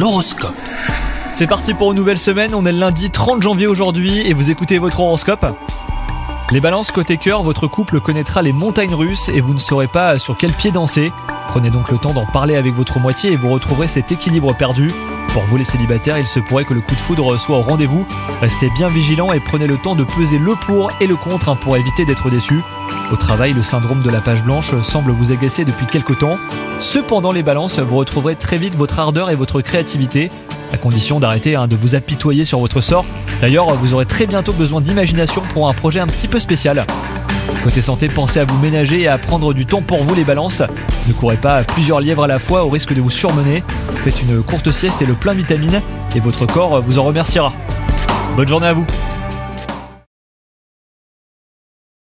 L'horoscope. C'est parti pour une nouvelle semaine, on est le lundi 30 janvier aujourd'hui et vous écoutez votre horoscope. Les balances côté cœur, votre couple connaîtra les montagnes russes et vous ne saurez pas sur quel pied danser. Prenez donc le temps d'en parler avec votre moitié et vous retrouverez cet équilibre perdu. Pour vous les célibataires, il se pourrait que le coup de foudre soit au rendez-vous. Restez bien vigilants et prenez le temps de peser le pour et le contre pour éviter d'être déçus. Au travail, le syndrome de la page blanche semble vous agacer depuis quelque temps. Cependant, les balances, vous retrouverez très vite votre ardeur et votre créativité, à condition d'arrêter de vous apitoyer sur votre sort. D'ailleurs, vous aurez très bientôt besoin d'imagination pour un projet un petit peu spécial. Côté santé, pensez à vous ménager et à prendre du temps pour vous les balances. Ne courez pas plusieurs lièvres à la fois au risque de vous surmener. Faites une courte sieste et le plein de vitamines et votre corps vous en remerciera. Bonne journée à vous.